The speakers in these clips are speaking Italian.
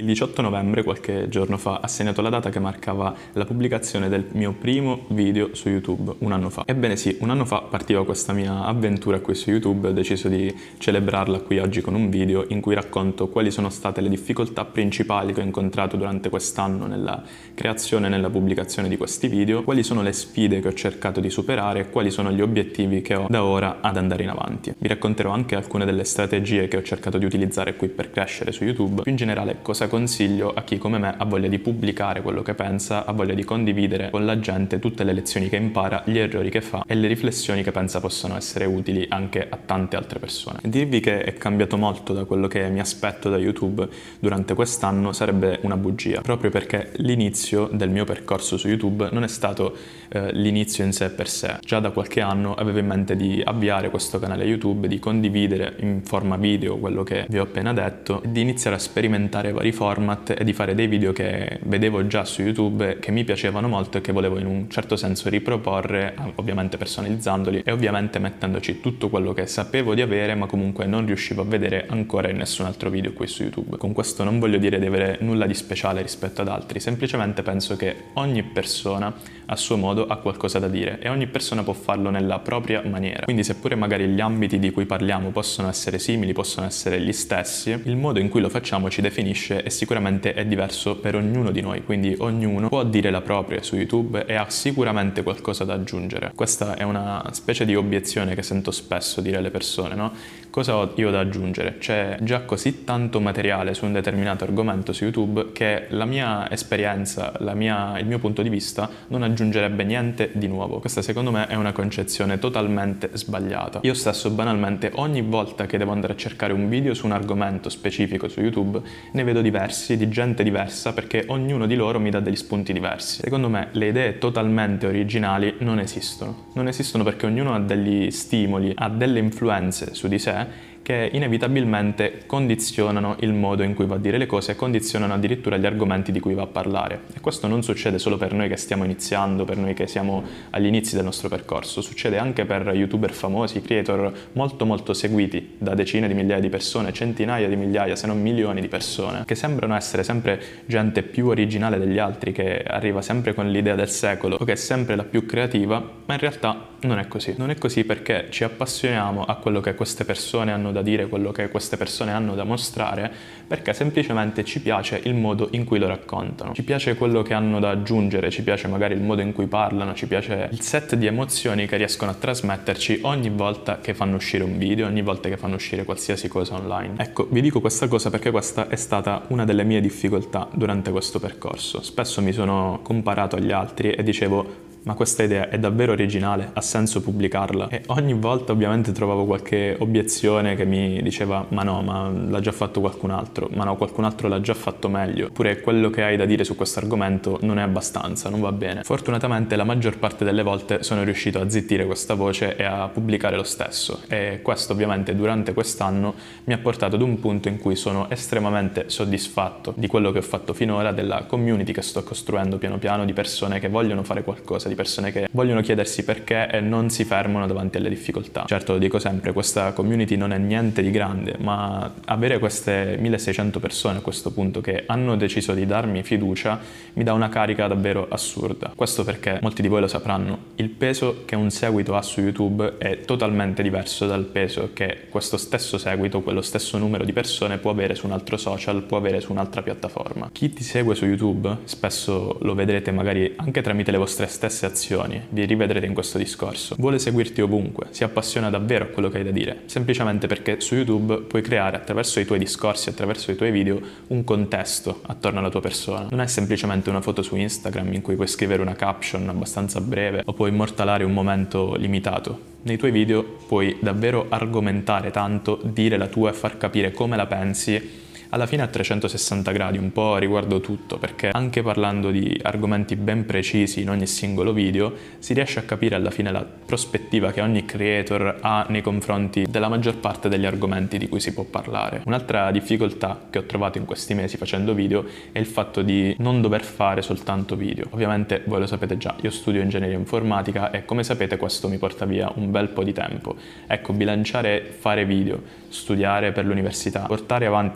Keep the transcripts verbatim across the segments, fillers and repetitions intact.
Il diciotto novembre, qualche giorno fa, ha segnato la data che marcava la pubblicazione del mio primo video su YouTube, un anno fa. Ebbene sì, un anno fa partiva questa mia avventura qui su YouTube e ho deciso di celebrarla qui oggi con un video in cui racconto quali sono state le difficoltà principali che ho incontrato durante quest'anno nella creazione e nella pubblicazione di questi video, quali sono le sfide che ho cercato di superare e quali sono gli obiettivi che ho da ora ad andare in avanti. Vi racconterò anche alcune delle strategie che ho cercato di utilizzare qui per crescere su YouTube, più in generale cosa consiglio a chi come me ha voglia di pubblicare quello che pensa, ha voglia di condividere con la gente tutte le lezioni che impara, gli errori che fa e le riflessioni che pensa possano essere utili anche a tante altre persone. Dirvi che è cambiato molto da quello che mi aspetto da YouTube durante quest'anno sarebbe una bugia, proprio perché l'inizio del mio percorso su YouTube non è stato eh, l'inizio in sé per sé. Già da qualche anno avevo in mente di avviare questo canale YouTube, di condividere in forma video quello che vi ho appena detto e di iniziare a sperimentare vari format e di fare dei video che vedevo già su YouTube, che mi piacevano molto e che volevo in un certo senso riproporre, ovviamente personalizzandoli e ovviamente mettendoci tutto quello che sapevo di avere ma comunque non riuscivo a vedere ancora in nessun altro video qui su YouTube. Con questo non voglio dire di avere nulla di speciale rispetto ad altri, semplicemente penso che ogni persona a suo modo ha qualcosa da dire e ogni persona può farlo nella propria maniera. Quindi seppure magari gli ambiti di cui parliamo possono essere simili, possono essere gli stessi, il modo in cui lo facciamo ci definisce e sicuramente è diverso per ognuno di noi, quindi ognuno può dire la propria su YouTube e ha sicuramente qualcosa da aggiungere. Questa è una specie di obiezione che sento spesso dire alle persone, no? Cosa ho io da aggiungere? C'è già così tanto materiale su un determinato argomento su YouTube che la mia esperienza, la mia, il mio punto di vista non aggiungerebbe niente di nuovo. Questa secondo me è una concezione totalmente sbagliata. Io stesso banalmente ogni volta che devo andare a cercare un video su un argomento specifico su YouTube ne vedo diversi, di gente diversa, perché ognuno di loro mi dà degli spunti diversi. Secondo me le idee totalmente originali non esistono. Non esistono perché ognuno ha degli stimoli, ha delle influenze su di sé che inevitabilmente condizionano il modo in cui va a dire le cose e condizionano addirittura gli argomenti di cui va a parlare. E questo non succede solo per noi che stiamo iniziando, per noi che siamo agli inizi del nostro percorso, succede anche per youtuber famosi, creator molto molto seguiti da decine di migliaia di persone, centinaia di migliaia, se non milioni di persone, che sembrano essere sempre gente più originale degli altri, che arriva sempre con l'idea del secolo o che è sempre la più creativa, ma in realtà non è così. Non è così perché ci appassioniamo a quello che queste persone hanno da dire, quello che queste persone hanno da mostrare, perché semplicemente ci piace il modo in cui lo raccontano, ci piace quello che hanno da aggiungere, ci piace magari il modo in cui parlano, ci piace il set di emozioni che riescono a trasmetterci ogni volta che fanno uscire un video, ogni volta che fanno uscire qualsiasi cosa online. Ecco, vi dico questa cosa perché questa è stata una delle mie difficoltà durante questo percorso. Spesso mi sono comparato agli altri e dicevo: ma questa idea è davvero originale? Ha senso pubblicarla? E ogni volta ovviamente trovavo qualche obiezione che mi diceva: ma no, ma l'ha già fatto qualcun altro, ma no, qualcun altro l'ha già fatto meglio, oppure quello che hai da dire su questo argomento non è abbastanza, non va bene. Fortunatamente la maggior parte delle volte sono riuscito a zittire questa voce e a pubblicare lo stesso, e questo ovviamente durante quest'anno mi ha portato ad un punto in cui sono estremamente soddisfatto di quello che ho fatto finora, della community che sto costruendo piano piano, di persone che vogliono fare qualcosa, di persone che vogliono chiedersi perché e non si fermano davanti alle difficoltà. Certo, lo dico sempre, questa community non è niente di grande, ma avere queste milleseicento persone a questo punto che hanno deciso di darmi fiducia mi dà una carica davvero assurda. Questo perché molti di voi lo sapranno, il peso che un seguito ha su YouTube è totalmente diverso dal peso che questo stesso seguito, quello stesso numero di persone può avere su un altro social, può avere su un'altra piattaforma. Chi ti segue su YouTube, spesso lo vedrete magari anche tramite le vostre stesse azioni, vi rivedrete in questo discorso, vuole seguirti ovunque, si appassiona davvero a quello che hai da dire, semplicemente perché su YouTube puoi creare attraverso i tuoi discorsi, attraverso i tuoi video, un contesto attorno alla tua persona. Non è semplicemente una foto su Instagram in cui puoi scrivere una caption abbastanza breve o puoi immortalare un momento limitato. Nei tuoi video puoi davvero argomentare tanto, dire la tua e far capire come la pensi, alla fine a trecentosessanta gradi, un po' riguardo tutto, perché anche parlando di argomenti ben precisi in ogni singolo video si riesce a capire alla fine la prospettiva che ogni creator ha nei confronti della maggior parte degli argomenti di cui si può parlare. Un'altra difficoltà che ho trovato in questi mesi facendo video è il fatto di non dover fare soltanto video. Ovviamente voi lo sapete già, io studio ingegneria informatica e come sapete questo mi porta via un bel po' di tempo. Ecco, bilanciare fare video, studiare per l'università, portare avanti tutte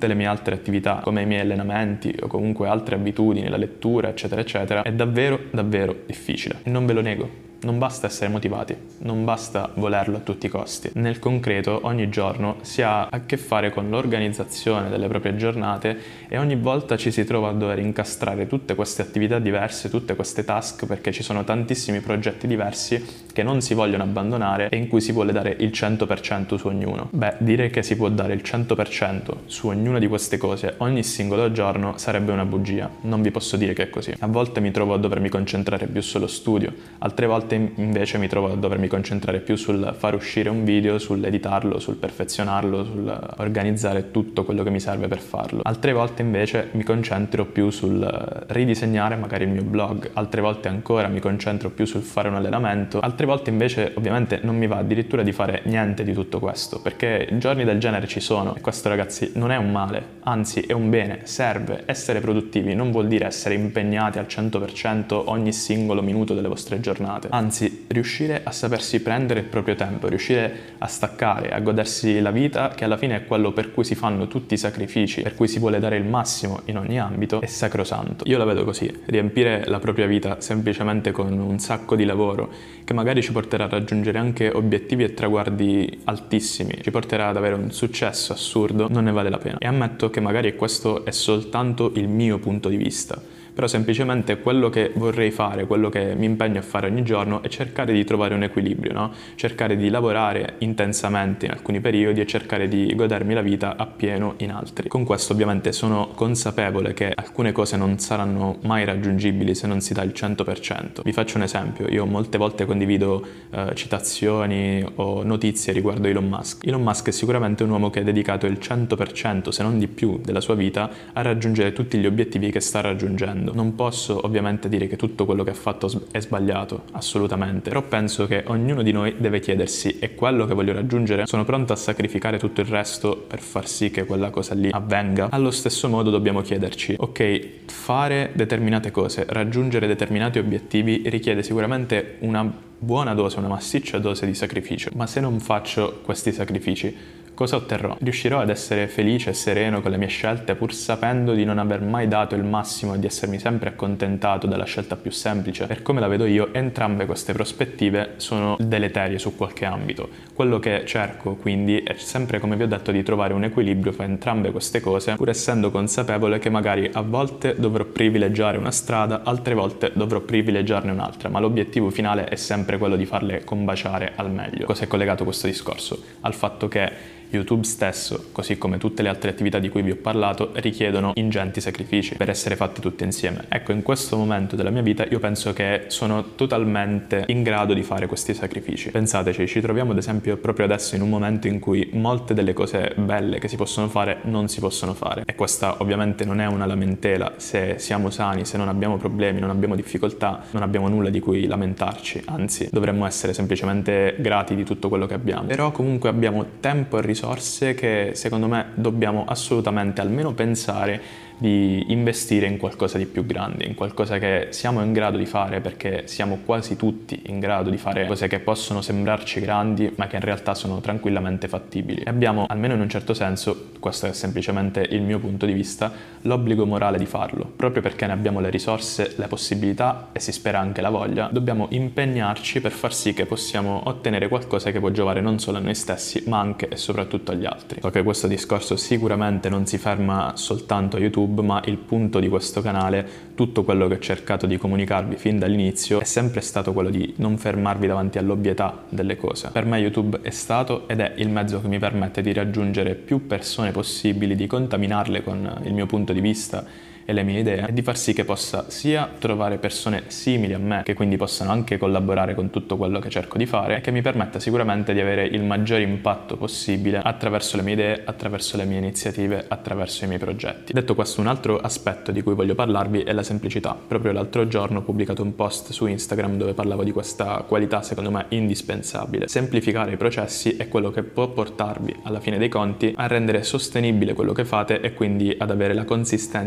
le mie altre attività, come i miei allenamenti o comunque altre abitudini, la lettura, eccetera, eccetera, è davvero, davvero difficile. E non ve lo nego. Non basta essere motivati, non basta volerlo a tutti i costi. Nel concreto, ogni giorno si ha a che fare con l'organizzazione delle proprie giornate e ogni volta ci si trova a dover incastrare tutte queste attività diverse, tutte queste task, perché ci sono tantissimi progetti diversi che non si vogliono abbandonare e in cui si vuole dare il cento per cento su ognuno. Beh, dire che si può dare il cento per cento su ognuna di queste cose ogni singolo giorno sarebbe una bugia. Non vi posso dire che è così. A volte mi trovo a dovermi concentrare più sullo studio, altre volte invece mi trovo a dovermi concentrare più sul far uscire un video, sull'editarlo, sul perfezionarlo, sul organizzare tutto quello che mi serve per farlo. Altre volte invece mi concentro più sul ridisegnare magari il mio blog, altre volte ancora mi concentro più sul fare un allenamento, altre volte invece ovviamente non mi va addirittura di fare niente di tutto questo, perché giorni del genere ci sono e questo, ragazzi, non è un male, anzi è un bene. Serve essere produttivi, non vuol dire essere impegnati al cento per cento ogni singolo minuto delle vostre giornate. Anzi, riuscire a sapersi prendere il proprio tempo, riuscire a staccare, a godersi la vita, che alla fine è quello per cui si fanno tutti i sacrifici, per cui si vuole dare il massimo in ogni ambito, è sacrosanto. Io la vedo così: riempire la propria vita semplicemente con un sacco di lavoro, che magari ci porterà a raggiungere anche obiettivi e traguardi altissimi, ci porterà ad avere un successo assurdo, non ne vale la pena. E ammetto che magari questo è soltanto il mio punto di vista. Però semplicemente quello che vorrei fare, quello che mi impegno a fare ogni giorno è cercare di trovare un equilibrio, no? Cercare di lavorare intensamente in alcuni periodi e cercare di godermi la vita appieno in altri. Con questo ovviamente sono consapevole che alcune cose non saranno mai raggiungibili se non si dà il cento per cento. Vi faccio un esempio: io molte volte condivido eh, citazioni o notizie riguardo Elon Musk. Elon Musk è sicuramente un uomo che ha dedicato il cento per cento, se non di più, della sua vita a raggiungere tutti gli obiettivi che sta raggiungendo. Non posso ovviamente dire che tutto quello che ha fatto è sbagliato, assolutamente, però penso che ognuno di noi deve chiedersi: è quello che voglio raggiungere? Sono pronto a sacrificare tutto il resto per far sì che quella cosa lì avvenga? Allo stesso modo dobbiamo chiederci: ok, fare determinate cose, raggiungere determinati obiettivi richiede sicuramente una buona dose, una massiccia dose di sacrificio, ma se non faccio questi sacrifici, cosa otterrò? Riuscirò ad essere felice e sereno con le mie scelte pur sapendo di non aver mai dato il massimo e di essermi sempre accontentato dalla scelta più semplice? Per come la vedo io, entrambe queste prospettive sono deleterie su qualche ambito. Quello che cerco quindi è sempre, come vi ho detto, di trovare un equilibrio fra entrambe queste cose, pur essendo consapevole che magari a volte dovrò privilegiare una strada, altre volte dovrò privilegiarne un'altra, ma l'obiettivo finale è sempre quello di farle combaciare al meglio. Cosa è collegato questo discorso? Al fatto che YouTube stesso, così come tutte le altre attività di cui vi ho parlato, richiedono ingenti sacrifici per essere fatti tutti insieme. Ecco, in questo momento della mia vita io penso che sono totalmente in grado di fare questi sacrifici. Pensateci, ci troviamo ad esempio proprio adesso in un momento in cui molte delle cose belle che si possono fare non si possono fare, e questa ovviamente non è una lamentela. Se siamo sani, se non abbiamo problemi, non abbiamo difficoltà, non abbiamo nulla di cui lamentarci, anzi dovremmo essere semplicemente grati di tutto quello che abbiamo. Però comunque abbiamo tempo e risorse risorse che secondo me dobbiamo assolutamente almeno pensare di investire in qualcosa di più grande, in qualcosa che siamo in grado di fare, perché siamo quasi tutti in grado di fare cose che possono sembrarci grandi ma che in realtà sono tranquillamente fattibili. E abbiamo, almeno in un certo senso, questo è semplicemente il mio punto di vista, l'obbligo morale di farlo. Proprio perché ne abbiamo le risorse, le possibilità e si spera anche la voglia, dobbiamo impegnarci per far sì che possiamo ottenere qualcosa che può giovare non solo a noi stessi ma anche e soprattutto agli altri. So che questo discorso sicuramente non si ferma soltanto a YouTube, ma il punto di questo canale, tutto quello che ho cercato di comunicarvi fin dall'inizio, è sempre stato quello di non fermarvi davanti all'ovvietà delle cose. Per me YouTube è stato ed è il mezzo che mi permette di raggiungere più persone possibili, di contaminarle con il mio punto di vista e le mie idee, e di far sì che possa sia trovare persone simili a me, che quindi possano anche collaborare con tutto quello che cerco di fare, e che mi permetta sicuramente di avere il maggiore impatto possibile attraverso le mie idee, attraverso le mie iniziative, attraverso i miei progetti. Detto questo, un altro aspetto di cui voglio parlarvi è la semplicità. Proprio l'altro giorno ho pubblicato un post su Instagram dove parlavo di questa qualità secondo me indispensabile. Semplificare i processi è quello che può portarvi alla fine dei conti a rendere sostenibile quello che fate e quindi ad avere la consistenza necessaria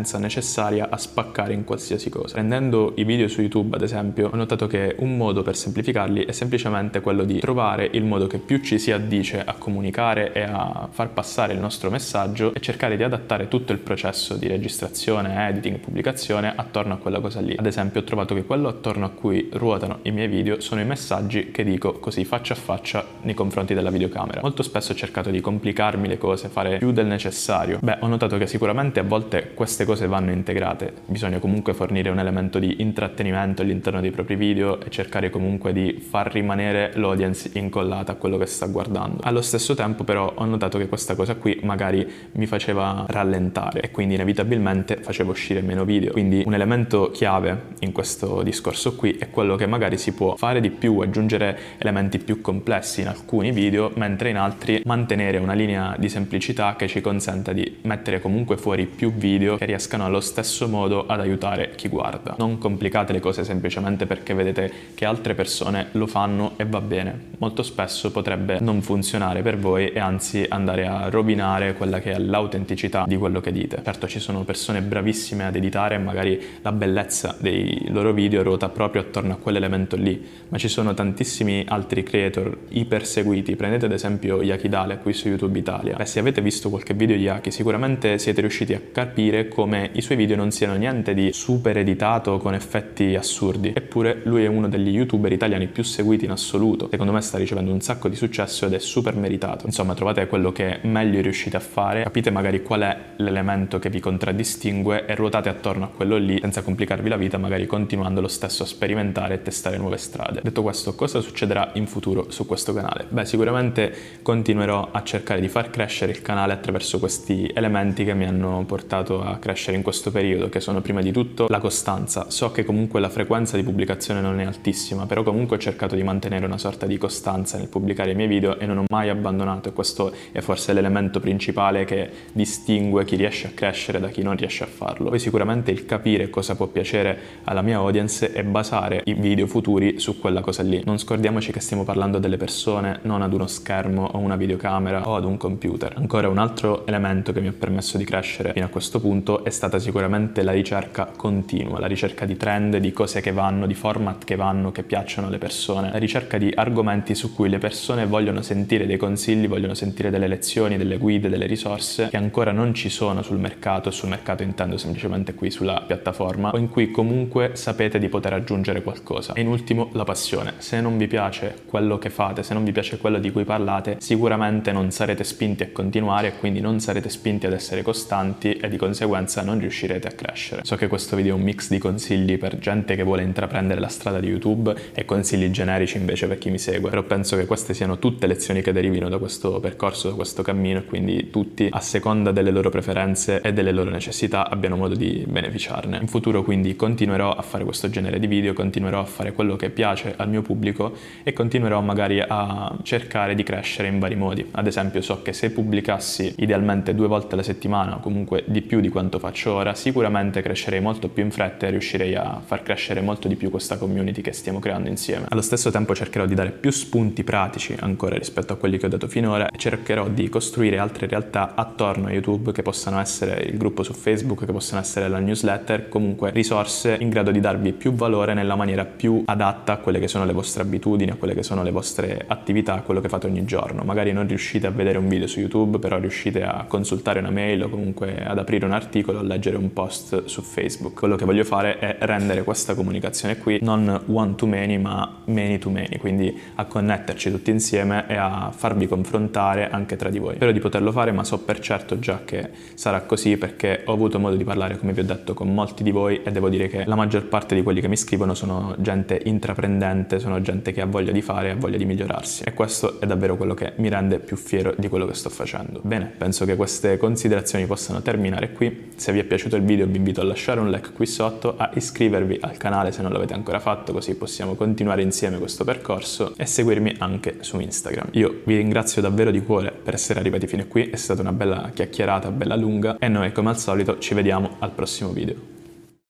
necessaria a spaccare in qualsiasi cosa. Prendendo i video su YouTube, ad esempio, ho notato che un modo per semplificarli è semplicemente quello di trovare il modo che più ci si addice a comunicare e a far passare il nostro messaggio e cercare di adattare tutto il processo di registrazione, editing e pubblicazione attorno a quella cosa lì. Ad esempio, ho trovato che quello attorno a cui ruotano i miei video sono i messaggi che dico così faccia a faccia nei confronti della videocamera. Molto spesso ho cercato di complicarmi le cose, fare più del necessario. Beh, ho notato che sicuramente a volte queste cose vanno integrate. Bisogna comunque fornire un elemento di intrattenimento all'interno dei propri video e cercare comunque di far rimanere l'audience incollata a quello che sta guardando. Allo stesso tempo però ho notato che questa cosa qui magari mi faceva rallentare e quindi inevitabilmente facevo uscire meno video. Quindi un elemento chiave in questo discorso qui è quello che magari si può fare di più, aggiungere elementi più complessi in alcuni video, mentre in altri mantenere una linea di semplicità che ci consenta di mettere comunque fuori più video che riescano allo stesso modo ad aiutare chi guarda. Non complicate le cose semplicemente perché vedete che altre persone lo fanno e va bene. Molto spesso potrebbe non funzionare per voi e anzi andare a rovinare quella che è l'autenticità di quello che dite. Certo, ci sono persone bravissime ad editare e magari la bellezza dei loro video ruota proprio attorno a quell'elemento lì, ma ci sono tantissimi altri creator iper seguiti. Prendete ad esempio Yakidale qui su YouTube Italia. Beh, se avete visto qualche video di Yaki sicuramente siete riusciti a capire come i suoi video non siano niente di super editato con effetti assurdi, eppure lui è uno degli youtuber italiani più seguiti in assoluto. Secondo me sta ricevendo un sacco di successo ed è super meritato. Insomma, trovate quello che meglio riuscite a fare, capite magari qual è l'elemento che vi contraddistingue e ruotate attorno a quello lì senza complicarvi la vita, magari continuando lo stesso a sperimentare e testare nuove strade. Detto questo, cosa succederà in futuro su questo canale? Beh, sicuramente continuerò a cercare di far crescere il canale attraverso questi elementi che mi hanno portato a crescere in questo periodo, che sono prima di tutto la costanza. So che comunque la frequenza di pubblicazione non è altissima, però comunque ho cercato di mantenere una sorta di costanza nel pubblicare i miei video e non ho mai abbandonato, e questo è forse l'elemento principale che distingue chi riesce a crescere da chi non riesce a farlo. Poi sicuramente il capire cosa può piacere alla mia audience e basare i video futuri su quella cosa lì. Non scordiamoci che stiamo parlando delle persone, non ad uno schermo o una videocamera o ad un computer. Ancora un altro elemento che mi ha permesso di crescere fino a questo punto è stata sicuramente la ricerca continua, la ricerca di trend, di cose che vanno, di format che vanno, che piacciono alle persone, la ricerca di argomenti su cui le persone vogliono sentire dei consigli, vogliono sentire delle lezioni, delle guide, delle risorse che ancora non ci sono sul mercato, e sul mercato intendo semplicemente qui sulla piattaforma, o in cui comunque sapete di poter aggiungere qualcosa. E in ultimo la passione. Se non vi piace quello che fate, se non vi piace quello di cui parlate, sicuramente non sarete spinti a continuare e quindi non sarete spinti ad essere costanti e di conseguenza non riuscirete a crescere. So che questo video è un mix di consigli per gente che vuole intraprendere la strada di YouTube e consigli generici invece per chi mi segue, però penso che queste siano tutte lezioni che derivino da questo percorso, da questo cammino, e quindi tutti, a seconda delle loro preferenze e delle loro necessità, abbiano modo di beneficiarne. In futuro quindi continuerò a fare questo genere di video, continuerò a fare quello che piace al mio pubblico e continuerò magari a cercare di crescere in vari modi. Ad esempio, so che se pubblicassi idealmente due volte alla settimana, o comunque di più di quanto faccio ora, sicuramente crescerei molto più in fretta e riuscirei a far crescere molto di più questa community che stiamo creando insieme. Allo stesso tempo cercherò di dare più spunti pratici ancora rispetto a quelli che ho dato finora e cercherò di costruire altre realtà attorno a YouTube, che possano essere il gruppo su Facebook, che possano essere la newsletter, comunque risorse in grado di darvi più valore nella maniera più adatta a quelle che sono le vostre abitudini, a quelle che sono le vostre attività, a quello che fate ogni giorno. Magari non riuscite a vedere un video su YouTube, però riuscite a consultare una mail o comunque ad aprire un articolo o leggere un post su Facebook. Quello che voglio fare è rendere questa comunicazione qui non one to many ma many to many, quindi a connetterci tutti insieme e a farvi confrontare anche tra di voi. Spero di poterlo fare, ma so per certo già che sarà così perché ho avuto modo di parlare, come vi ho detto, con molti di voi e devo dire che la maggior parte di quelli che mi scrivono sono gente intraprendente, sono gente che ha voglia di fare e ha voglia di migliorarsi, e questo è davvero quello che mi rende più fiero di quello che sto facendo. Bene, penso che queste considerazioni possano terminare qui. Se vi è piaciuto il video vi invito a lasciare un like qui sotto, a iscrivervi al canale se non l'avete ancora fatto, così possiamo continuare insieme questo percorso, e seguirmi anche su Instagram. Io vi ringrazio davvero di cuore per essere arrivati fino a qui, è stata una bella chiacchierata, bella lunga, e noi come al solito ci vediamo al prossimo video.